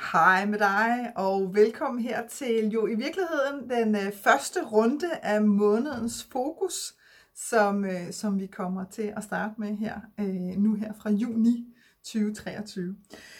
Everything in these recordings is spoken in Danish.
Hej med dig, og velkommen her til jo i virkeligheden den første runde af månedens fokus, som vi kommer til at starte med her, nu her fra juni 2023.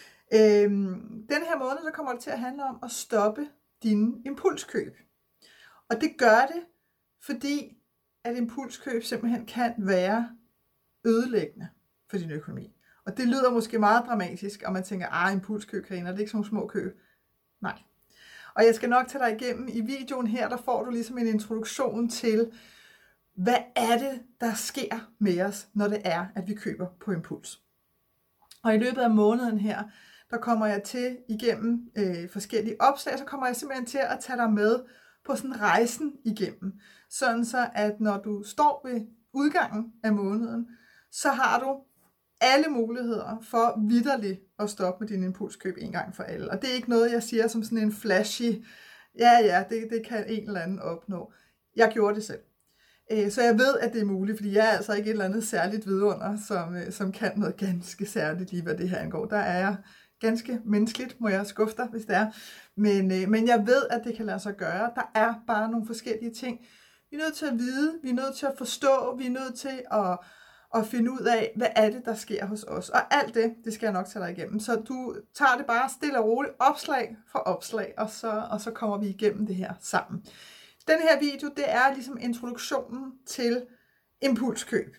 Den her måned, der kommer det til at handle om at stoppe dine impulskøb. Og det gør det, fordi at impulskøb simpelthen kan være ødelæggende for din økonomi. Og det lyder måske meget dramatisk, og man tænker, impulskøb, Karina, det er ikke sådan nogle små køb. Nej. Og jeg skal nok tage dig igennem i videoen her, der får du ligesom en introduktion til, hvad er det, der sker med os, når det er, at vi køber på impuls. Og i løbet af måneden her, der kommer jeg til igennem forskellige opslag, så kommer jeg simpelthen til at tage dig med på sådan rejsen igennem. Sådan så, at når du står ved udgangen af måneden, så har du alle muligheder for vitterligt at stoppe med din impulskøb en gang for alle. Og det er ikke noget, jeg siger som sådan en flashy, det kan en eller anden opnå. Jeg gjorde det selv. Så jeg ved, at det er muligt, fordi jeg er altså ikke et eller andet særligt vidunder, som kan noget ganske særligt lige, hvad det her angår. Der er jeg ganske menneskeligt, må jeg skuffe dig, hvis det er. Men jeg ved, at det kan lade sig gøre. Der er bare nogle forskellige ting. Vi er nødt til at vide, vi er nødt til at forstå, vi er nødt til at finde ud af, hvad er det, der sker hos os. Og alt det skal jeg nok tage dig igennem. Så du tager det bare stille og roligt, opslag for opslag, og så kommer vi igennem det her sammen. Den her video, det er ligesom introduktionen til impulskøb.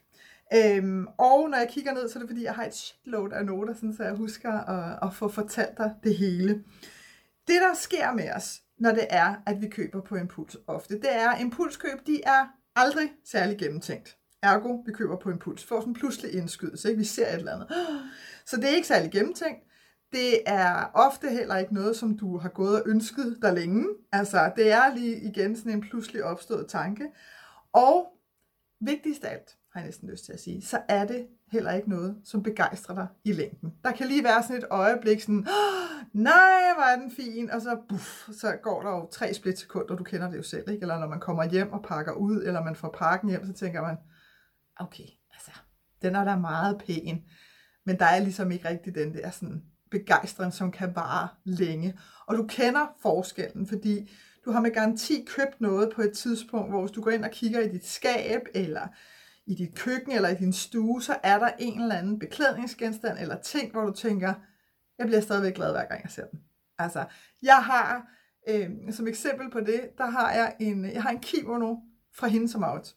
Og når jeg kigger ned, så er det fordi, jeg har et shitload af noter, sådan, så jeg husker at få fortalt dig det hele. Det, der sker med os, når det er, at vi køber på impuls ofte, det er, at impulskøb, de er aldrig særlig gennemtænkt. Ergo, vi køber på impuls. Får sådan pludselig indskydelse, ikke? Vi ser et eller andet. Så det er ikke særlig gennemtænkt. Det er ofte heller ikke noget, som du har gået og ønsket dig længe. Altså, det er lige igen sådan en pludselig opstået tanke. Og vigtigst af alt, har jeg næsten lyst til at sige, så er det heller ikke noget, som begejstrer dig i længden. Der kan lige være sådan et øjeblik, sådan, nej, hvor er den fin, og så går der jo 3 splitsekunder, du kender det jo selv, ikke? Eller når man kommer hjem og pakker ud, eller man får pakken hjem, så tænker man, okay, altså, den er da meget pæn, men der er ligesom ikke rigtig den der sådan begejstring, som kan vare længe. Og du kender forskellen, fordi du har med garanti købt noget på et tidspunkt, hvor hvis du går ind og kigger i dit skab, eller i dit køkken, eller i din stue, så er der en eller anden beklædningsgenstand, eller ting, hvor du tænker, jeg bliver stadigvæk glad, hver gang jeg ser den. Altså, jeg har, som eksempel på det, der har jeg en kimono fra Hendes & Mauritz,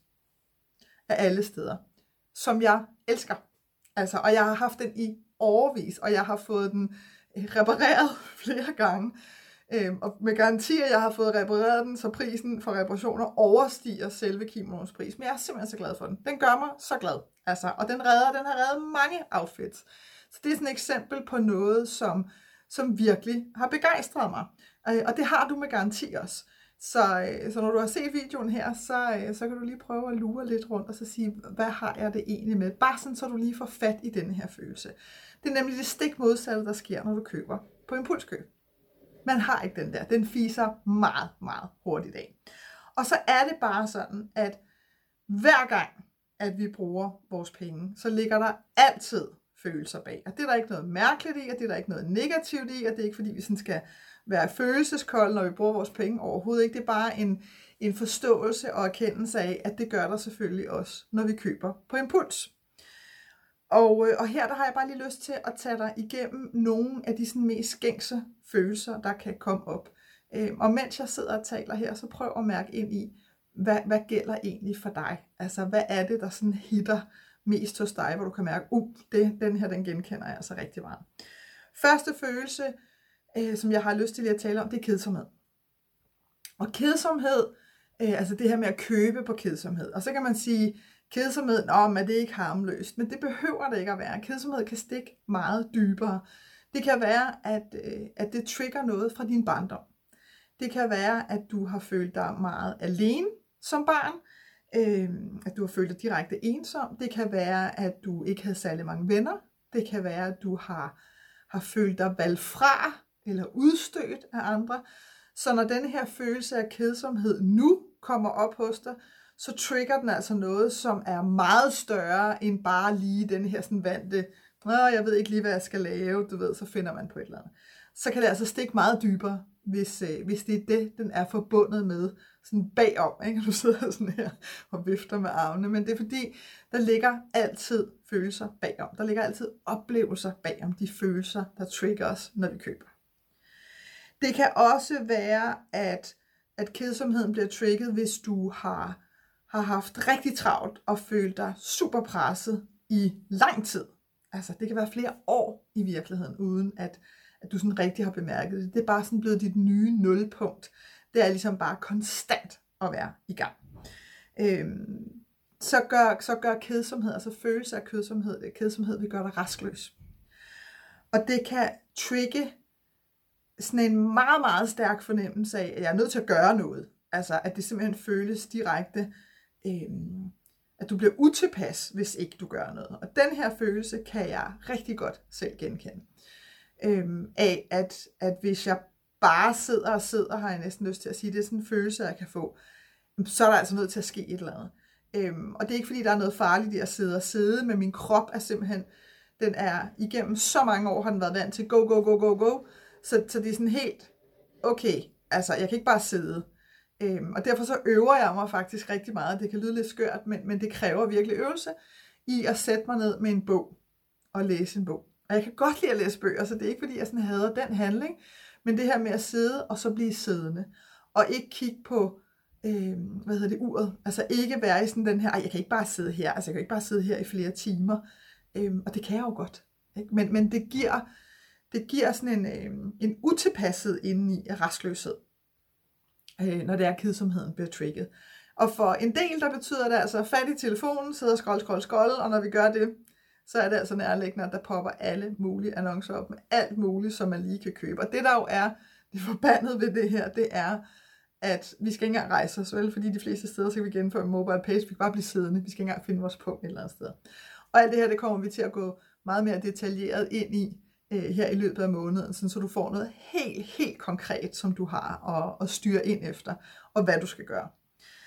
af alle steder, som jeg elsker. Altså, og jeg har haft den i årevis, og jeg har fået den repareret flere gange. Og med garanti, at jeg har fået repareret den, så prisen for reparationer overstiger selve kimonos pris. Men jeg er simpelthen så glad for den. Den gør mig så glad. Altså, og den har reddet mange outfits. Så det er sådan et eksempel på noget, som virkelig har begejstret mig. Og det har du med garanti også. Så når du har set videoen her, så kan du lige prøve at lure lidt rundt og så sige, hvad har jeg det egentlig med? Bare sådan, så du lige får fat i denne her følelse. Det er nemlig det stik modsatte, der sker, når du køber på impulskøb. Man har ikke den der. Den fiser meget, meget hurtigt af. Og så er det bare sådan, at hver gang, at vi bruger vores penge, så ligger der altid følelser bag. Og det er der ikke noget mærkeligt i, og det er der ikke noget negativt i, og det er ikke fordi, vi sådan skal være følelseskold, når vi bruger vores penge overhovedet ikke. Det er bare en forståelse og erkendelse af, at det gør der selvfølgelig også, når vi køber på impuls. Og her der har jeg bare lige lyst til at tage dig igennem nogle af de sådan mest gængse følelser, der kan komme op. Og mens jeg sidder og taler her, så prøv at mærke ind i, hvad gælder egentlig for dig? Altså, hvad er det, der sådan hitter mest hos dig, hvor du kan mærke, den her, den genkender jeg altså rigtig meget. Første følelse, som jeg har lyst til lige at tale om, det er kedsomhed. Og kedsomhed, altså det her med at købe på kedsomhed. Og så kan man sige, kedsomhed, men det er ikke harmløst, men det behøver det ikke at være. Kedsomhed kan stikke meget dybere. Det kan være, at det trigger noget fra din barndom. Det kan være, at du har følt dig meget alene som barn, at du har følt dig direkte ensom. Det kan være, at du ikke havde særlig mange venner. Det kan være, at du har følt dig valgt fra eller udstødt af andre. Så når den her følelse af kedsomhed nu kommer op hos dig, så trigger den altså noget, som er meget større end bare lige den her sådan vante, jeg ved ikke lige, hvad jeg skal lave, du ved, så finder man på et eller andet. så kan det altså stikke meget dybere, hvis det er det, den er forbundet med, sådan bagom, ikke? Du sidder sådan her og vifter med armene, men det er fordi, der ligger altid følelser bagom. Der ligger altid oplevelser bagom de følelser, der trigger os, når vi køber. Det kan også være, at kedsomheden bliver trigget, hvis du har haft rigtig travlt og følt dig super presset i lang tid. Altså, det kan være flere år i virkeligheden, uden at du sådan rigtig har bemærket det. Det er bare sådan blevet dit nye nulpunkt. Det er ligesom bare konstant at være i gang. Så gør kedsomhed, altså følelse af kedsomhed vil gøre dig rastløs. Og det kan trigge sådan en meget, meget stærk fornemmelse af, at jeg er nødt til at gøre noget. Altså, at det simpelthen føles direkte, at du bliver utilpas, hvis ikke du gør noget. Og den her følelse kan jeg rigtig godt selv genkende. Af at hvis jeg bare sidder, har jeg næsten lyst til at sige, det er sådan en følelse, jeg kan få, så er der altså nødt til at ske et eller andet. Og det er ikke fordi, der er noget farligt i at sidde, men min krop er simpelthen, den er igennem så mange år, har den været vant til go. Så det er sådan helt, okay, altså jeg kan ikke bare sidde. Og derfor så øver jeg mig faktisk rigtig meget. Det kan lyde lidt skørt, men det kræver virkelig øvelse i at sætte mig ned med en bog og læse en bog. Og jeg kan godt lide at læse bøger, så det er ikke fordi, jeg sådan hader den handling, men det her med at sidde og så blive siddende. Og ikke kigge på, uret. Altså ikke være i sådan den her, jeg kan ikke bare sidde her, altså jeg kan ikke bare sidde her i flere timer. Og det kan jeg jo godt. Ikke? Men det giver sådan en utilpasset indeni af rastløshed, når det er kedsomheden bliver trigget. Og for en del, der betyder det altså fat i telefonen, sidde og scroll, og når vi gør det, så er det altså nærliggende, at der popper alle mulige annoncer op med alt muligt, som man lige kan købe. Og det der jo er det forbandede ved det her, det er, at vi skal ikke engang rejse os, vel? Fordi de fleste steder, så kan vi gennemføre en mobile page, vi kan bare blive siddende, vi skal ikke engang finde vores punkt et eller andet sted. Og alt det her, det kommer vi til at gå meget mere detaljeret ind i her i løbet af måneden, sådan, så du får noget helt konkret, som du har at styre ind efter, og hvad du skal gøre.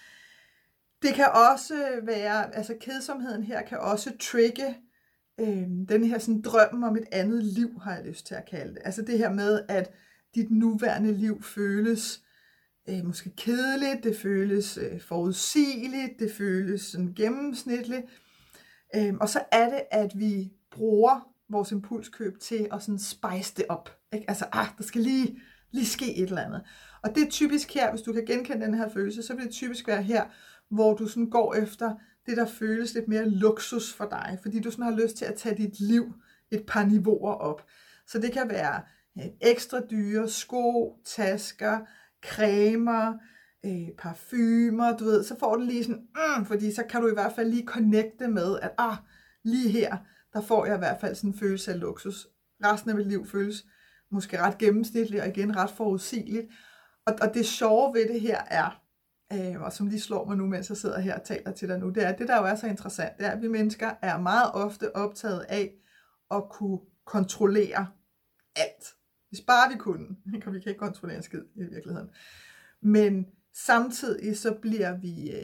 Det kan også være, altså kedsomheden her kan også trigge den her sådan drøm om et andet liv, har jeg lyst til at kalde det. Altså det her med, at dit nuværende liv føles måske kedeligt, det føles forudsigeligt, det føles sådan gennemsnitligt. Og så er det, at vi bruger vores impulskøb til at sådan spice det op. Ikke? Altså, der skal lige ske et eller andet. Og det er typisk her, hvis du kan genkende den her følelse, så vil det typisk være her, hvor du sådan går efter det, der føles lidt mere luksus for dig, fordi du sådan har lyst til at tage dit liv et par niveauer op. Så det kan være ekstra dyre sko, tasker, cremer, parfumer, du ved, så får du lige sådan, fordi så kan du i hvert fald lige connecte med, at lige her, der får jeg i hvert fald sådan en følelse af luksus. Resten af mit liv føles måske ret gennemsnitligt, og igen ret forudsigeligt. Og det sjove ved det her er, og som lige slår mig nu, mens jeg sidder her og taler til dig nu, det er, at det der jo er så interessant, det er, at vi mennesker er meget ofte optaget af at kunne kontrollere alt. Hvis bare vi kunne, vi kan ikke kontrollere en skid i virkeligheden. Men samtidig så bliver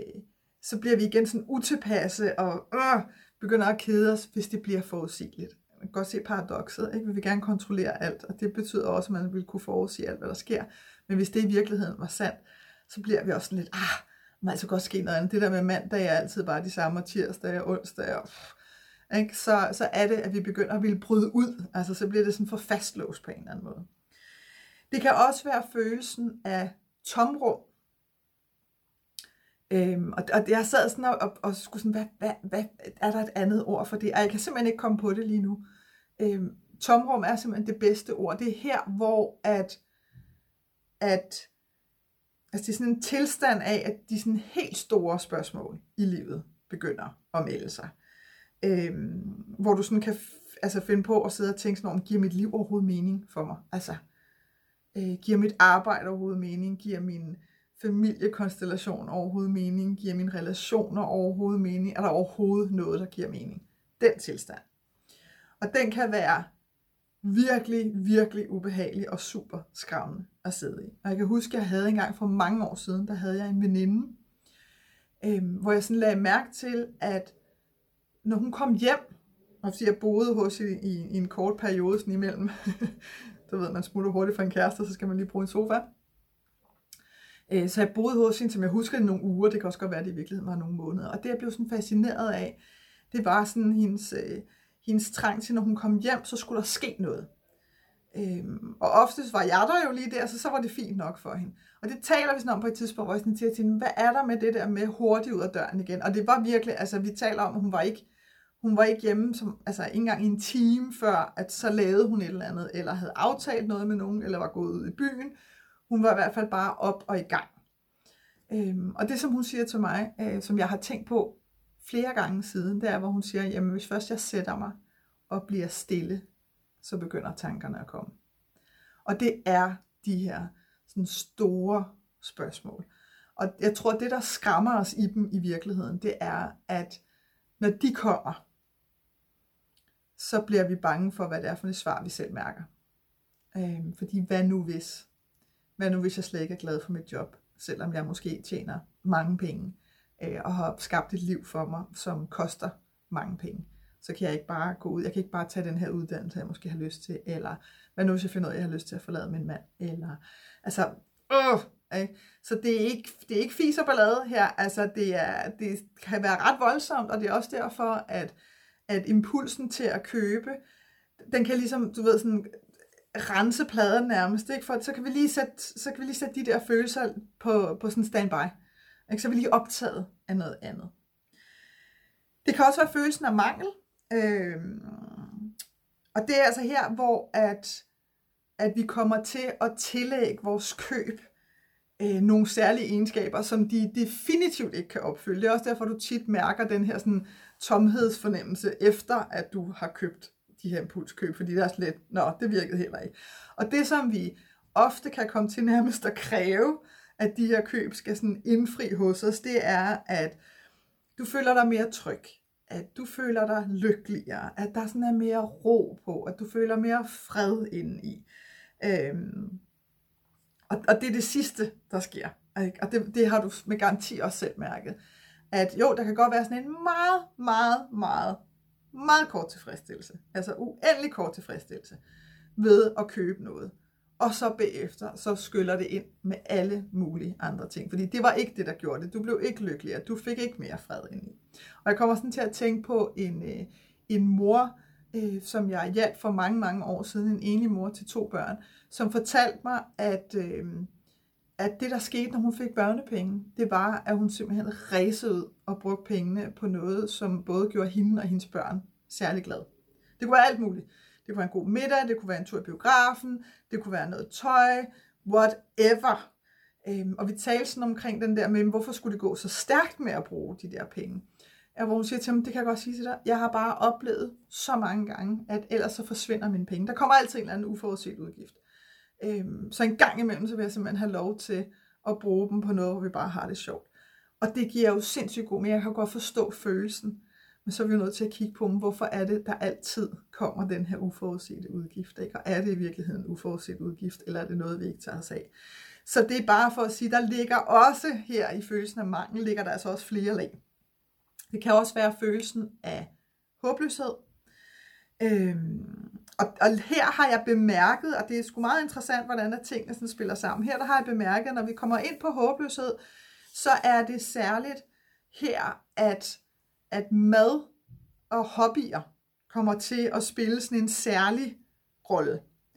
vi igen sådan utilpasse og begynder at kede os, hvis det bliver forudsigeligt. Man kan godt se paradokset, ikke? Vi vil gerne kontrollere alt, og det betyder også, at man vil kunne forudsige alt, hvad der sker. Men hvis det i virkeligheden var sandt, så bliver vi også sådan lidt, man altså godt ske noget andet. Det der med mandag er altid bare de samme, og tirsdag og onsdag, ikke? Så er det, at vi begynder at ville bryde ud. Altså så bliver det sådan for fastlåst på en eller anden måde. Det kan også være følelsen af tomrum. Og jeg sad sådan og skulle sådan, hvad er der et andet ord for det? Og jeg kan simpelthen ikke komme på det lige nu. Tomrum er simpelthen det bedste ord. Det er her, hvor altså det er sådan en tilstand af, at de sådan helt store spørgsmål i livet begynder at melde sig. Hvor du sådan kan finde på at sidde og tænke sådan om, giver mit liv overhovedet mening for mig? Altså, giver mit arbejde overhovedet mening? Giver min familiekonstellation overhovedet mening? Giver mine relationer overhovedet mening? Er der overhovedet noget, der giver mening? Den tilstand. Og den kan være virkelig, virkelig ubehagelig og super skræmmende at sidde i. Og jeg kan huske, at jeg havde engang for mange år siden, der havde jeg en veninde, hvor jeg sådan lagde mærke til, at når hun kom hjem, og fordi jeg boede hos hende i en kort periode sådan imellem, du ved, man smutter hurtigt for en kæreste, så skal man lige bruge en sofa. Så jeg boede hos hende, som jeg husker, i nogle uger. Det kan også godt være, at det i virkeligheden var nogle måneder. Og det, jeg blev sådan fascineret af, det var sådan hendes trang til, når hun kom hjem, så skulle der ske noget. Og oftest var jeg der jo lige der, så var det fint nok for hende. Og det taler vi sådan om på et tidspunkt, hvor jeg sådan siger til hende, hvad er der med det der med hurtigt ud af døren igen? Og det var virkelig, altså vi taler om, at hun var ikke hjemme, altså ikke engang i en time før, at så lavede hun et eller andet, eller havde aftalt noget med nogen, eller var gået ud i byen. Hun var i hvert fald bare op og i gang. Og det, som hun siger til mig, som jeg har tænkt på flere gange siden, det er, hvor hun siger, jamen hvis først jeg sætter mig og bliver stille, så begynder tankerne at komme. Og det er de her sådan store spørgsmål. Og jeg tror, det der skræmmer os i dem i virkeligheden, det er, at når de kommer, så bliver vi bange for, hvad det er for et svar, vi selv mærker. Fordi hvad nu hvis? Hvad nu hvis jeg slet ikke er glad for mit job, selvom jeg måske tjener mange penge, og har skabt et liv for mig, som koster mange penge. Så kan jeg ikke bare gå ud, jeg kan ikke bare tage den her uddannelse, jeg måske har lyst til, eller hvad nu hvis jeg finder ud af, at jeg har lyst til at forlade min mand, eller, altså, så det er ikke fis og ballade her, altså det kan være ret voldsomt, og det er også derfor, at impulsen til at købe, den kan ligesom, du ved, sådan rense pladen nærmest, ikke? For så kan vi lige sætte de der følelser på sådan standby, ikke? Så er vi lige optaget af noget andet. Det kan også være følelsen af mangel, og det er altså her, hvor at vi kommer til at tillægge vores køb nogle særlige egenskaber, som de definitivt ikke kan opfylde. Det er også derfor, du tit mærker den her sådan tomhedsfornemmelse, efter at du har købt de her impulskøb, fordi der er slet, det virkede heller ikke. Og det, som vi ofte kan komme til nærmest at kræve, at de her køb skal sådan indfri hos os, det er, at du føler dig mere tryg, at du føler dig lykkeligere, at der sådan er mere ro på, at du føler mere fred indeni. Og det er det sidste, der sker. Og det har du med garanti også selv mærket. At jo, der kan godt være sådan en meget, meget, meget, meget kort tilfredsstillelse. Altså uendelig kort tilfredsstillelse ved at købe noget. Og så bagefter, så skyller det ind med alle mulige andre ting. Fordi det var ikke det, der gjorde det. Du blev ikke lykkeligere. Du fik ikke mere fred indeni. Og jeg kommer sådan til at tænke på en mor, som jeg hjalp for mange, mange år siden. En enlig mor til 2 børn. Som fortalte mig, at det, der skete, når hun fik børnepenge, det var, at hun simpelthen ræsede ud og brugte pengene på noget, som både gjorde hende og hendes børn særlig glad. Det kunne være alt muligt. Det kunne være en god middag, det kunne være en tur i biografen, det kunne være noget tøj, whatever. Og vi talte sådan omkring den der med, hvorfor skulle det gå så stærkt med at bruge de der penge. Og hvor hun siger til mig, det kan jeg godt sige til dig, jeg har bare oplevet så mange gange, at ellers så forsvinder mine penge. Der kommer altid en eller anden uforudset udgift. Så en gang imellem, så vil jeg simpelthen have lov til at bruge dem på noget, hvor vi bare har det sjovt. Og det giver jo sindssygt god, men jeg kan godt forstå følelsen. Men så er vi jo nødt til at kigge på, hvorfor er det, der altid kommer den her uforudsete udgift, ikke? Og er det i virkeligheden en uforudset udgift, eller er det noget, vi ikke tager os af? Så det er bare for at sige, der ligger også her i følelsen af mangel, ligger der altså også flere lag. Det kan også være følelsen af håbløshed. Og her har jeg bemærket, og det er sgu meget interessant, hvordan tingene sådan spiller sammen. Her der har jeg bemærket, at når vi kommer ind på håbløshed, så er det særligt her, at mad og hobbyer kommer til at spille sådan en særlig rolle.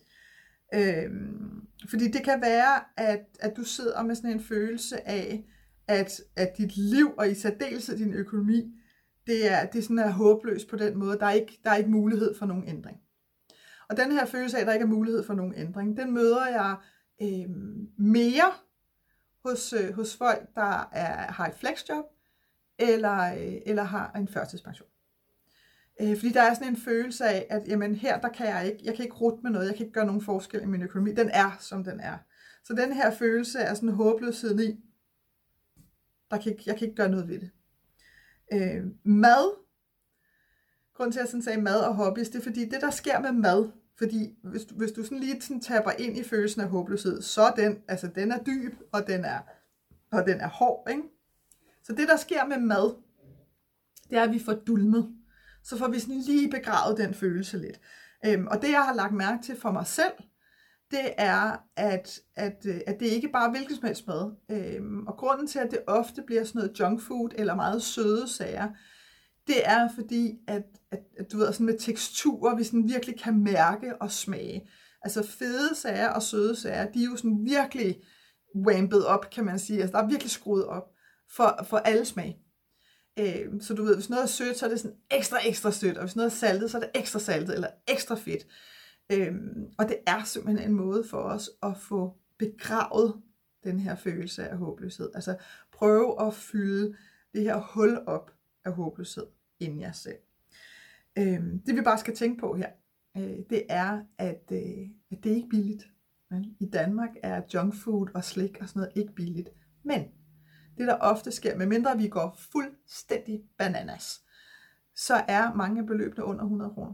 Fordi det kan være, at du sidder med sådan en følelse af, at dit liv, og i særdeleshed din økonomi, det er sådan er håbløst på den måde. Der er ikke mulighed for nogen ændring. Og den her følelse af, at der ikke er mulighed for nogen ændring, den møder jeg mere hos folk, der har et flexjob, eller har en førtidspension. Fordi der er sådan en følelse af, at jamen, her der kan jeg kan ikke rutte med noget, jeg kan ikke gøre nogen forskel i min økonomi. Den er, som den er. Så den her følelse er sådan håbløsheden i, jeg kan ikke gøre noget ved det. Mad. Grunden til, at jeg sådan sagde mad og hobbies, det er fordi, det der sker med mad, fordi hvis du sådan lige sådan tapper ind i følelsen af håbløshed, så er den er dyb, og den er hård, ikke? Så det, der sker med mad, det er, at vi får dulmet. Så får vi sådan lige begravet den følelse lidt. Og det, jeg har lagt mærke til for mig selv, det er, at det ikke bare er hvilket som helst mad. Og grunden til, at det ofte bliver sådan noget junk food eller meget søde sager, det er fordi, at du ved, sådan med teksturer, vi sådan virkelig kan mærke og smage. Altså fede sager og søde sager, de er jo sådan virkelig rampet op, kan man sige. Altså der er virkelig skruet op for alle smag. Så du ved, hvis noget er sødt, så er det sådan ekstra sødt, og hvis noget er saltet, så er det ekstra saltet eller ekstra fedt. Og det er simpelthen en måde for os at få begravet den her følelse af håbløshed. Altså prøve at fylde det her hul op af håbløshed inde i jer selv. Det vi bare skal tænke på her, det er, at det er ikke billigt. I Danmark er junk food og slik og sådan noget ikke billigt. Men det der ofte sker, medmindre vi går fuldstændig bananas, så er mange af beløbene under 100 kroner.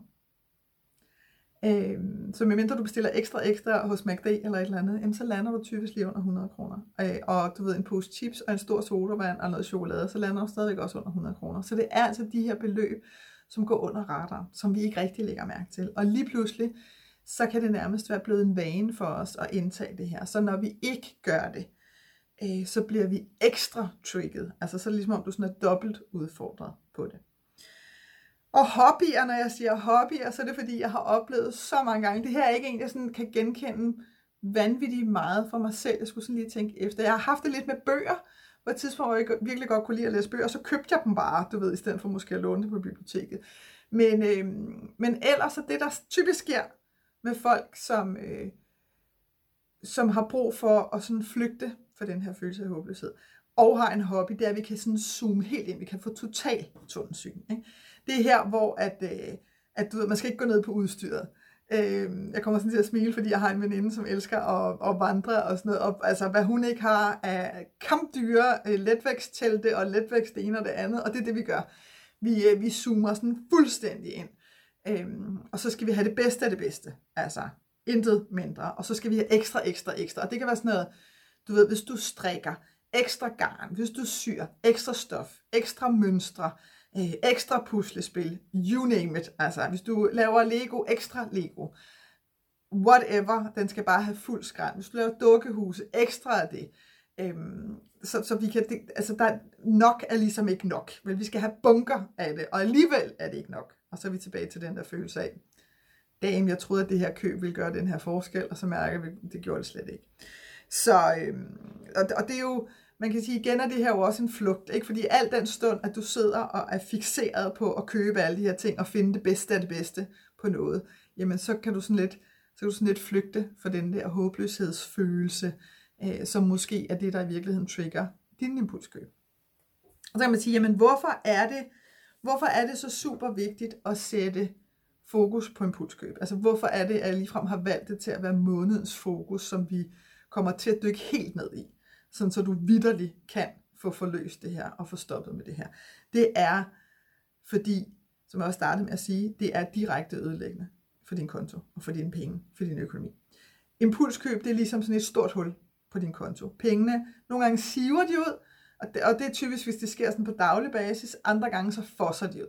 Så medmindre du bestiller ekstra hos McD eller et eller andet, jamen, så lander du typisk lige under 100 kroner. Og du ved, en pose chips og en stor sodavand og noget chokolade, så lander du stadigvæk også under 100 kroner. Så det er altså de her beløb, som går under radar, som vi ikke rigtig lægger mærke til. Og lige pludselig, så kan det nærmest være blevet en vane for os at indtage det her. Så når vi ikke gør det, så bliver vi ekstra trigget. Altså så er det ligesom om du sådan er dobbelt udfordret på det. Og hobbyer, når jeg siger hobbyer, så er det fordi, jeg har oplevet så mange gange. Det her er ikke en, jeg sådan kan genkende vanvittigt meget for mig selv. Jeg skulle sådan lige tænke efter. Jeg har haft det lidt med bøger. På et tidspunkt, hvor jeg virkelig godt kunne lide at læse bøger, så købte jeg dem bare, du ved, i stedet for måske at låne det på biblioteket. Men ellers er det, der typisk sker med folk, som har brug for at sådan flygte fra den her følelse af håbløshed, og har en hobby, det er, at vi kan sådan zoome helt ind, vi kan få total tunnelsyn. Ikke? Det er her, hvor at du ved, man skal ikke gå ned på udstyret. Jeg kommer sådan til at smile, fordi jeg har en veninde, som elsker at vandre og sådan noget. Og, altså, hvad hun ikke har af kampdyre, letvægtstelte og letvægts det ene og det andet. Og det er det, vi gør. Vi zoomer sådan fuldstændig ind. Og så skal vi have det bedste af det bedste. Altså, intet mindre. Og så skal vi have ekstra. Og det kan være sådan noget, du ved, hvis du strikker, ekstra garn, hvis du syr, ekstra stof, ekstra mønstre, ekstra puslespil, you name it. Altså, hvis du laver Lego, ekstra Lego. Whatever, den skal bare have fuld skræn. Hvis du laver dukkehuse, ekstra af det. Så vi kan, altså der nok er ligesom ikke nok. Men vi skal have bunker af det, og alligevel er det ikke nok. Og så er vi tilbage til den der følelse af, damn, jeg troede, at det her køb ville gøre den her forskel, og så mærker vi, at det gjorde det slet ikke. Så, og det er jo, man kan sige igen, at det her er jo også en flugt, ikke? Fordi al den stund, at du sidder og er fikseret på at købe alle de her ting, og finde det bedste af det bedste på noget, jamen så kan du sådan lidt flygte fra den der håbløshedsfølelse, som måske er det, der i virkeligheden trigger din impulskøb. Og så kan man sige, jamen hvorfor er det så super vigtigt at sætte fokus på impulskøb? Altså hvorfor er det, at jeg ligefrem har valgt det til at være månedens fokus, som vi kommer til at dykke helt ned i, sådan så du vitterligt kan få forløst det her og få stoppet med det her. Det er fordi, som jeg også startede med at sige, det er direkte ødelæggende for din konto og for dine penge, for din økonomi. Impulskøb, det er ligesom sådan et stort hul på din konto. Pengene, nogle gange siver de ud, og det er typisk, hvis det sker sådan på daglig basis, andre gange så fosser de ud.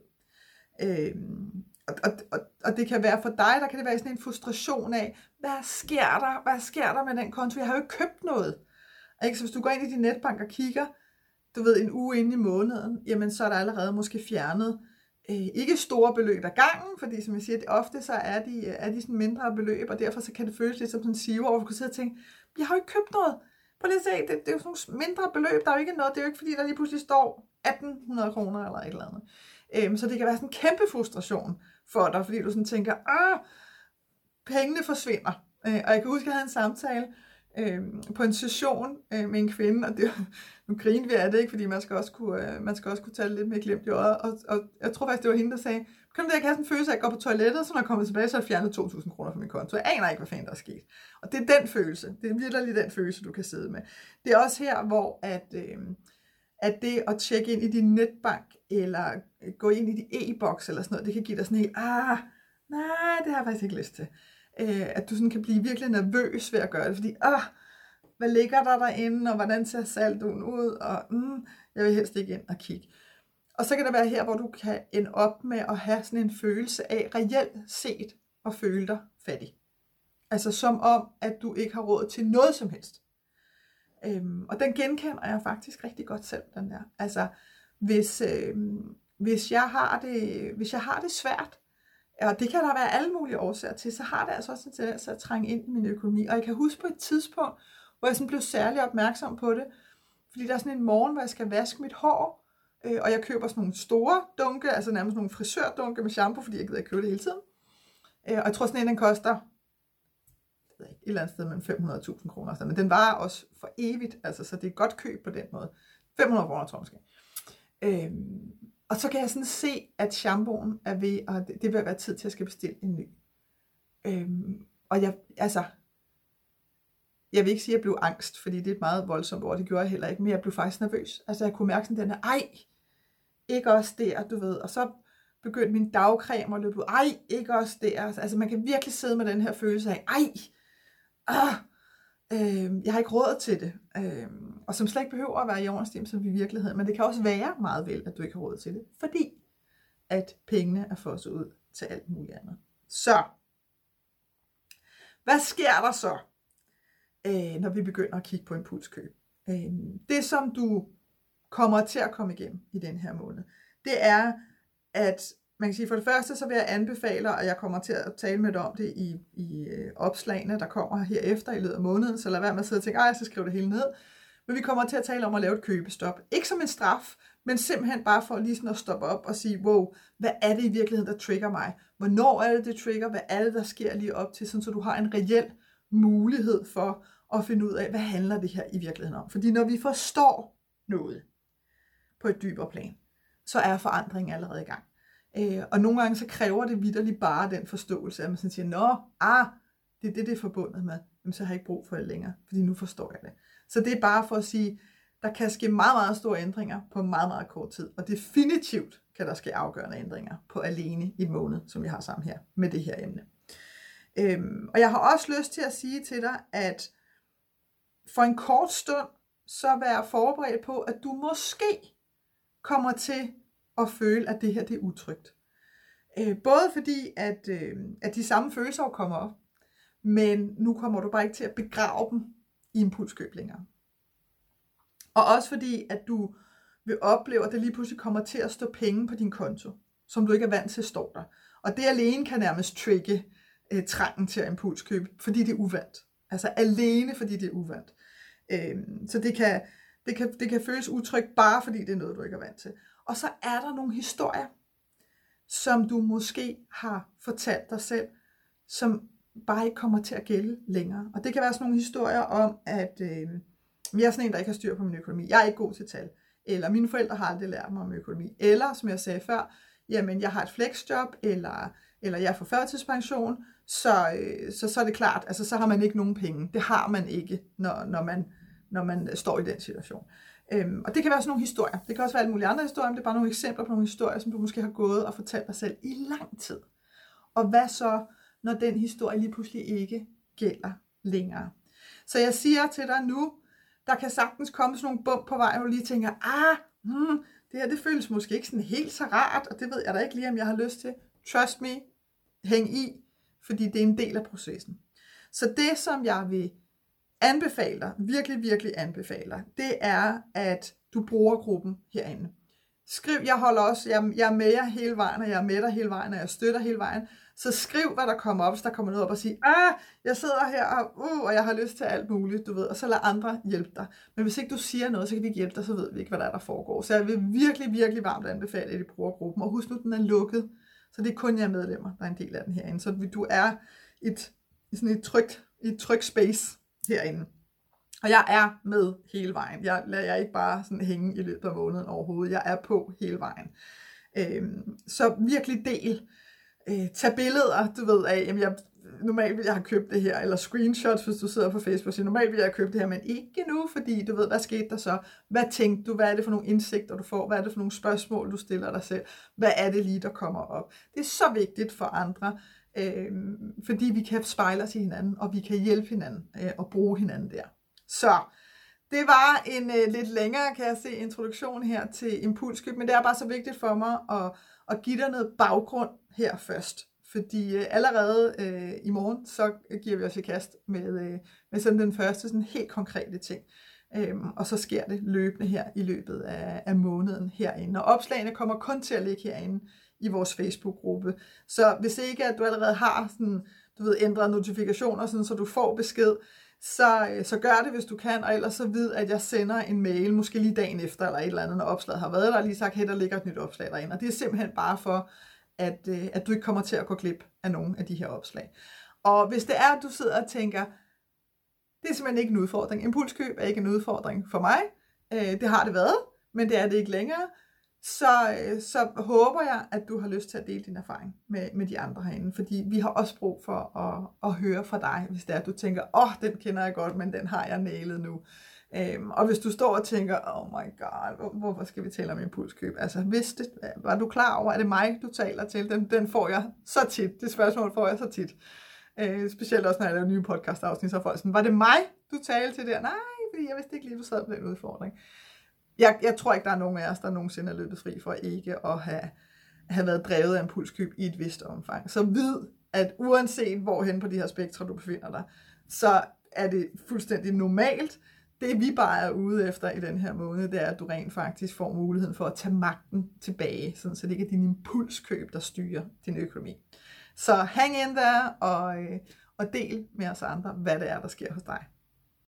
Og det kan være for dig, der kan det være sådan en frustration af, hvad sker der med den konto? Jeg har jo ikke købt noget. Ikke? Så hvis du går ind i din netbank og kigger, du ved, en uge inde i måneden, jamen så er der allerede måske fjernet ikke store beløb ad gangen, fordi som jeg siger, det ofte så er de sådan mindre beløb, og derfor så kan det føles lidt som sådan en sive, hvor du kan sidde og tænke, jeg har jo ikke købt noget. Prøv lige at se, det er jo sådan nogle mindre beløb, der er jo ikke noget, det er jo ikke fordi, der lige pludselig står 1800 kroner eller et eller andet. Så det kan være sådan en kæmpe frustration for dig, fordi du sådan tænker, pengene forsvinder. Og jeg kan huske, at jeg havde en samtale på en session med en kvinde, og det, nu griner vi af det, ikke, fordi man skal også kunne tage lidt mere glemt i øjet, og jeg tror faktisk, det var hende, der sagde, kan du da ikke have sådan en følelse af at gå på toilettet, så når jeg kommer tilbage, så har jeg fjernet 2.000 kroner fra min konto. Jeg aner ikke, hvad fanden der er sket. Og det er den følelse, det er virkelig den følelse, du kan sidde med. Det er også her, hvor at det at tjekke ind i din netbank, eller gå ind i din e-boks, eller sådan noget, det kan give dig sådan helt, nej, det har jeg faktisk ikke lyst til. At du sådan kan blive virkelig nervøs ved at gøre det, fordi, hvad ligger der derinde, og hvordan ser saldoen ud, og jeg vil helst ikke ind og kigge. Og så kan det være her, hvor du kan ende op med at have sådan en følelse af reelt set at føle dig fattig. Altså som om, at du ikke har råd til noget som helst. Og den genkender jeg faktisk rigtig godt selv, den der. Altså, hvis jeg har det svært, og det kan der være alle mulige årsager til, så har det altså også en tendens at trænge ind i min økonomi. Og jeg kan huske på et tidspunkt, hvor jeg sådan blev særlig opmærksom på det, fordi der er sådan en morgen, hvor jeg skal vaske mit hår, og jeg køber sådan nogle store dunke, altså nærmest nogle frisørdunke med shampoo, fordi jeg gider ikke købe det hele tiden. Og jeg tror sådan en, den koster et eller andet sted mellem 500.000 kroner, men den varer også for evigt, altså, så det er et godt køb på den måde. 500 kroner, tror jeg måske. Og så kan jeg sådan se, at shampooen er ved, og det vil være tid til, at jeg skal bestille en ny. Og jeg vil ikke sige, at jeg blev angst, fordi det er et meget voldsomt ord, det gjorde jeg heller ikke, men jeg blev faktisk nervøs. Altså jeg kunne mærke sådan den her, ikke også der, du ved, og så begyndte min dagcreme at løbe ud, ikke også der. Altså man kan virkelig sidde med den her følelse af, jeg har ikke råd til det. Og som slet ikke behøver at være i overensstemmelse med virkeligheden, men det kan også være meget vel, at du ikke har råd til det, fordi at pengene er fosset ud til alt muligt andet. Så, hvad sker der så, når vi begynder at kigge på impulskøb? Det som du kommer til at komme igennem i den her måned, det er, at man kan sige, for det første, så vil jeg anbefale, og jeg kommer til at tale med dig om det i opslagene, der kommer herefter i løbet af måneden, så lad være med at sidde og tænke, jeg skal skrive det hele ned. Men vi kommer til at tale om at lave et købestop. Ikke som en straf, men simpelthen bare for lige sådan at stoppe op og sige, wow, hvad er det i virkeligheden, der trigger mig? Hvornår er det trigger? Hvad er det, der sker lige op til? Sådan, så du har en reel mulighed for at finde ud af, hvad handler det her i virkeligheden om? Fordi når vi forstår noget på et dybere plan, så er forandringen allerede i gang. Og nogle gange så kræver det vitterligt bare den forståelse, at man sådan siger, det er forbundet med, jamen, så har jeg ikke brug for det længere, fordi nu forstår jeg det. Så det er bare for at sige, der kan ske meget, meget store ændringer på meget, meget kort tid, og definitivt kan der ske afgørende ændringer på alene i en måned, som vi har sammen her med det her emne. Og jeg har også lyst til at sige til dig, at for en kort stund, så vær forberedt på, at du måske kommer til at føle, at det her det er utrygt. Både fordi, at de samme følelser kommer op, men nu kommer du bare ikke til at begrave dem i impulskøb længere. Og også fordi, at du vil opleve, at det lige pludselig kommer til at stå penge på din konto, som du ikke er vant til står der. Og det alene kan nærmest trigge trangen til at impulskøbe, fordi det er uvant. Altså alene fordi det er uvant. Så det kan føles utrygt, bare fordi det er noget, du ikke er vant til. Og så er der nogle historier, som du måske har fortalt dig selv, som bare ikke kommer til at gælde længere. Og det kan være sådan nogle historier om, at jeg er sådan en, der ikke har styr på min økonomi. Jeg er ikke god til tal. Eller mine forældre har aldrig lært mig om økonomi. Eller, som jeg sagde før, jamen jeg har et flexjob, eller jeg får førtidspension, så er det klart, altså så har man ikke nogen penge. Det har man ikke, når man står i den situation. Og det kan være sådan nogle historier. Det kan også være alle mulige andre historier, men det er bare nogle eksempler på nogle historier, som du måske har gået og fortalt dig selv i lang tid. Og hvad så, når den historie lige pludselig ikke gælder længere? Så jeg siger til dig nu, der kan sagtens komme sådan nogle bump på vej, hvor du lige tænker, det her det føles måske ikke sådan helt så rart, og det ved jeg da ikke lige, om jeg har lyst til. Trust me, hæng i, fordi det er en del af processen. Så det, som jeg vil anbefale dig, virkelig, virkelig anbefaler, det er, at du bruger gruppen herinde. Skriv, jeg er med jer hele vejen, og jeg er med dig hele vejen, og jeg støtter hele vejen. Så skriv, hvad der kommer op, hvis der kommer noget op og sige, jeg sidder her, og jeg har lyst til alt muligt, du ved, og så lad andre hjælpe dig. Men hvis ikke du siger noget, så kan vi ikke hjælpe dig, så ved vi ikke, hvad der foregår. Så jeg vil virkelig, virkelig varmt anbefale, at I bruger gruppen. Og husk nu, den er lukket, så det er kun jer medlemmer, der er en del af den herinde. Så du er i sådan et trygt space herinde. Og jeg er med hele vejen. Jeg lader jer ikke bare sådan hænge i løbet af måneden overhovedet. Jeg er på hele vejen. Så virkelig del. Tag billeder, du ved af, jamen normalt vil jeg have købt det her, eller screenshots, hvis du sidder på Facebook og siger, normalt vil jeg have købt det her, men ikke nu, fordi du ved, hvad skete der så? Hvad tænkte du? Hvad er det for nogle indsigter, du får? Hvad er det for nogle spørgsmål, du stiller dig selv? Hvad er det lige, der kommer op? Det er så vigtigt for andre, fordi vi kan spejle os i hinanden, og vi kan hjælpe hinanden og bruge hinanden der. Så det var en lidt længere, kan jeg se, introduktion her til impulskøb, men det er bare så vigtigt for mig at give dig noget baggrund her først. fordi allerede i morgen, så giver vi os i kast med sådan den første sådan helt konkrete ting. Og så sker det løbende her i løbet af måneden herinde. Og opslagene kommer kun til at ligge herinde i vores Facebook-gruppe. Så hvis ikke at du allerede har sådan, ændret notifikationer, sådan, så du får besked, så gør det, hvis du kan, og ellers så vid, at jeg sender en mail, måske lige dagen efter, eller et eller andet, når opslaget har været der, og lige sagt, hey, der ligger et nyt opslag derinde. Og det er simpelthen bare for, at du ikke kommer til at gå glip af nogle af de her opslag. Og hvis det er, at du sidder og tænker, det er simpelthen ikke en udfordring. Impulskøb er ikke en udfordring for mig. Det har det været, men det er det ikke længere. Så håber jeg, at du har lyst til at dele din erfaring med de andre herinde. Fordi vi har også brug for at høre fra dig, hvis det er, at du tænker, den kender jeg godt, men den har jeg nailet nu. Og hvis du står og tænker, oh my god, hvorfor skal vi tale om impulskøb? Altså, var du klar over, at det er mig, du taler til? Den får jeg så tit. Det spørgsmål får jeg så tit. Specielt også, når jeg laver nye podcast-afsnit, så er folk sådan, var det mig, du talte til der? Nej, fordi jeg vidste ikke lige, du sad på den udfordring. Jeg tror ikke, der er nogen af os, der nogensinde er løbet fri for ikke at have været drevet af impulskøb i et vist omfang. Så vid, at uanset hvorhen på de her spektre, du befinder dig, så er det fuldstændig normalt. Det vi bare er ude efter i den her måned, det er, at du rent faktisk får muligheden for at tage magten tilbage, sådan, så det ikke er din impulskøb, der styrer din økonomi. Så hang in der og del med os andre, hvad det er, der sker hos dig.